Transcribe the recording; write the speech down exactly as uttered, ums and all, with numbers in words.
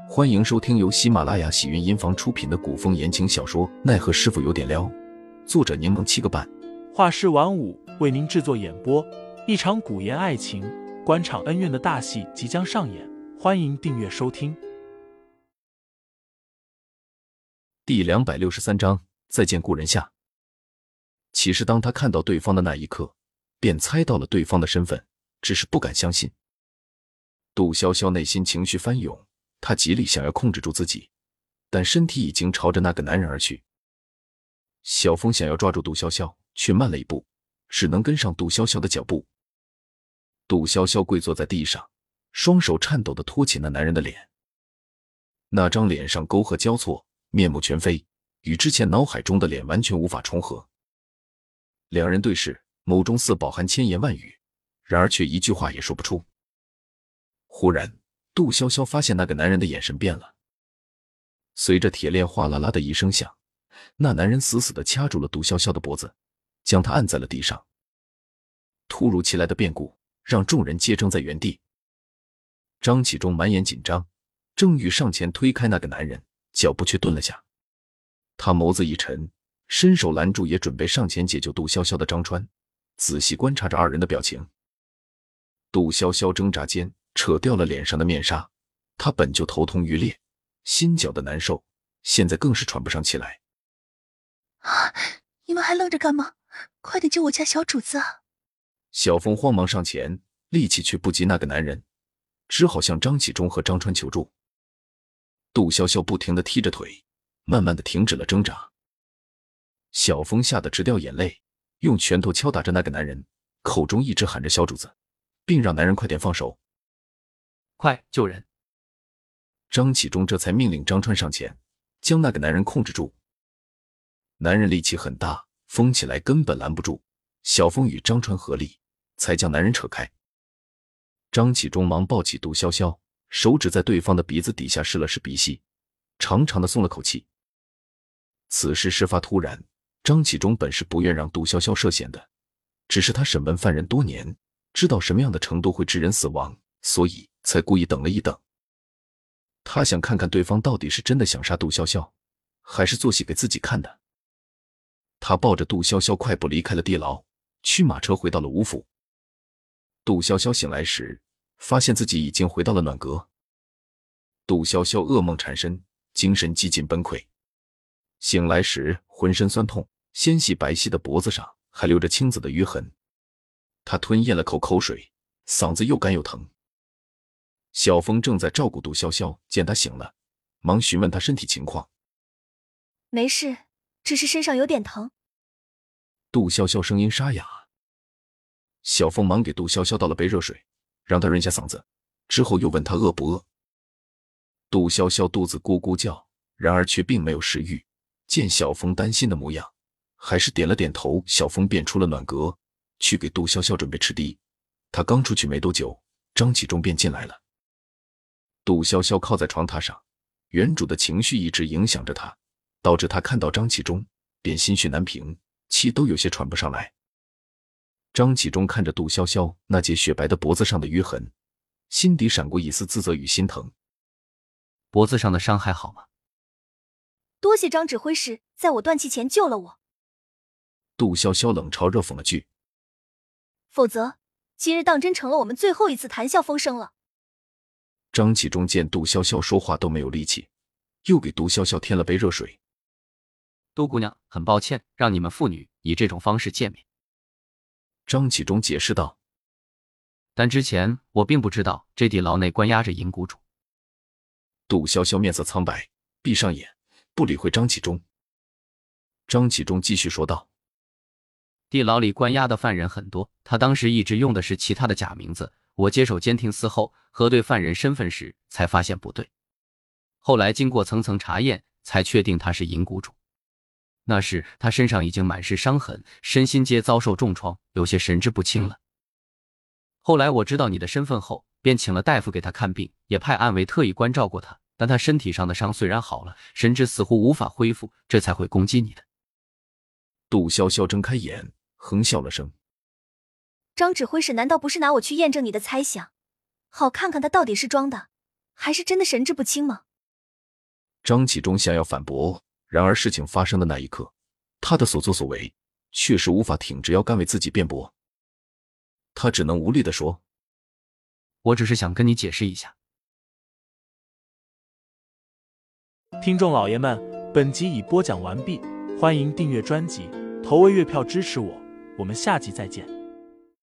欢迎收听由喜马拉雅喜云音房出品的古风言情小说《奈何师傅有点撩》，作者柠檬七个半， 画师晚舞为您制作演播。一场古言爱情、官场恩怨的大戏即将上演，欢迎订阅收听。 第两百六十三章，再见故人下。其实当他看到对方的那一刻，便猜到了对方的身份，只是不敢相信。杜潇潇内心情绪翻涌，她极力想要控制住自己，但身体已经朝着那个男人而去。小风想要抓住杜潇潇，却慢了一步，只能跟上杜潇潇的脚步。杜潇潇跪坐在地上，双手颤抖地托起那男人的脸。那张脸上沟壑交错，面目全非，与之前脑海中的脸完全无法重合。两人对视，眸中似饱含千言万语，然而却一句话也说不出。忽然，杜潇潇发现那个男人的眼神变了。随着铁链哗啦啦的一声响，那男人死死地掐住了杜潇潇的脖子，将她按在了地上。突如其来的变故让众人皆怔在原地。张启忠满眼紧张，正欲上前推开那个男人，脚步却顿了下。他眸子一沉，伸手拦住也准备上前解救杜潇潇的张川，仔细观察着二人的表情。杜潇潇挣扎间扯掉了脸上的面纱，他本就头痛欲裂，心绞的难受，现在更是喘不上气来。 啊！你们还愣着干嘛？快点救我家小主子啊！ 小凤慌忙上前，力气却不及那个男人，只好向张启忠和张川求助。杜潇潇不停地踢着腿，慢慢地停止了挣扎。小凤吓得直掉眼泪，用拳头敲打着那个男人，口中一直喊着小主子，并让男人快点放手。 快救人！ 张启忠这才命令张川上前，将那个男人控制住。男人力气很大，疯起来根本拦不住，小凤与张川合力，才将男人扯开。张启忠忙抱起杜潇潇，手指在对方的鼻子底下试了试鼻息，长长的松了口气。此事事发突然，张启忠本是不愿让杜潇潇涉险的，只是他审问犯人多年，知道什么样的程度会致人死亡，所以才故意等了一等。他想看看对方到底是真的想杀杜潇潇，还是做戏给自己看的。他抱着杜潇潇快步离开了地牢，驱马车回到了吴府。杜潇潇醒来时，发现自己已经回到了暖阁。杜潇潇噩梦缠身，精神几近崩溃。醒来时浑身酸痛，纤细白皙的脖子上还留着青紫的淤痕。他吞咽了口口水，嗓子又干又疼。小峰正在照顾杜潇潇，见他醒了，忙询问他身体情况。 没事，只是身上有点疼。 杜潇潇声音沙哑。小峰忙给杜潇潇倒了杯热水，让他润下嗓子，之后又问他饿不饿。杜潇潇肚子咕咕叫，然而却并没有食欲，见小峰担心的模样，还是点了点头。小峰便出了暖阁，去给杜潇潇准备吃的。他刚出去没多久，张启忠便进来了。杜潇潇靠在床榻上，原主的情绪一直影响着他，导致他看到张启忠便心绪难平，气都有些喘不上来。张启忠看着杜潇潇那截雪白的脖子上的淤痕，心底闪过一丝自责与心疼。 脖子上的伤还好吗？ 多谢张指挥使在我断气前救了我。 杜潇潇冷嘲热讽了句， 否则今日当真成了我们最后一次谈笑风生了。 张启忠见杜潇潇说话都没有力气，又给杜潇潇添了杯热水。 杜姑娘，很抱歉让你们父女以这种方式见面。 张启忠解释道， 但之前我并不知道这地牢内关押着银谷主。 杜潇潇面色苍白，闭上眼，不理会张启忠。张启忠继续说道， 地牢里关押的犯人很多，他当时一直用的是其他的假名字，我接手监听司后核对犯人身份时才发现不对，后来经过层层查验才确定他是银谷主。那时他身上已经满是伤痕，身心皆遭受重创，有些神志不清了。后来我知道你的身份后，便请了大夫给他看病，也派暗卫特意关照过他，但他身体上的伤虽然好了，神志似乎无法恢复，这才会攻击你的。 杜潇潇睁开眼，哼笑了声。 张指挥使难道不是拿我去验证你的猜想，好看看他到底是装的还是真的神志不清吗？ 张启忠想要反驳，然而事情发生的那一刻，他的所作所为确实无法挺直腰杆为自己辩驳。他只能无力地说： 我只是想跟你解释一下。 听众老爷们，本集已播讲完毕，欢迎订阅专辑，投喂月票支持我，我们下集再见。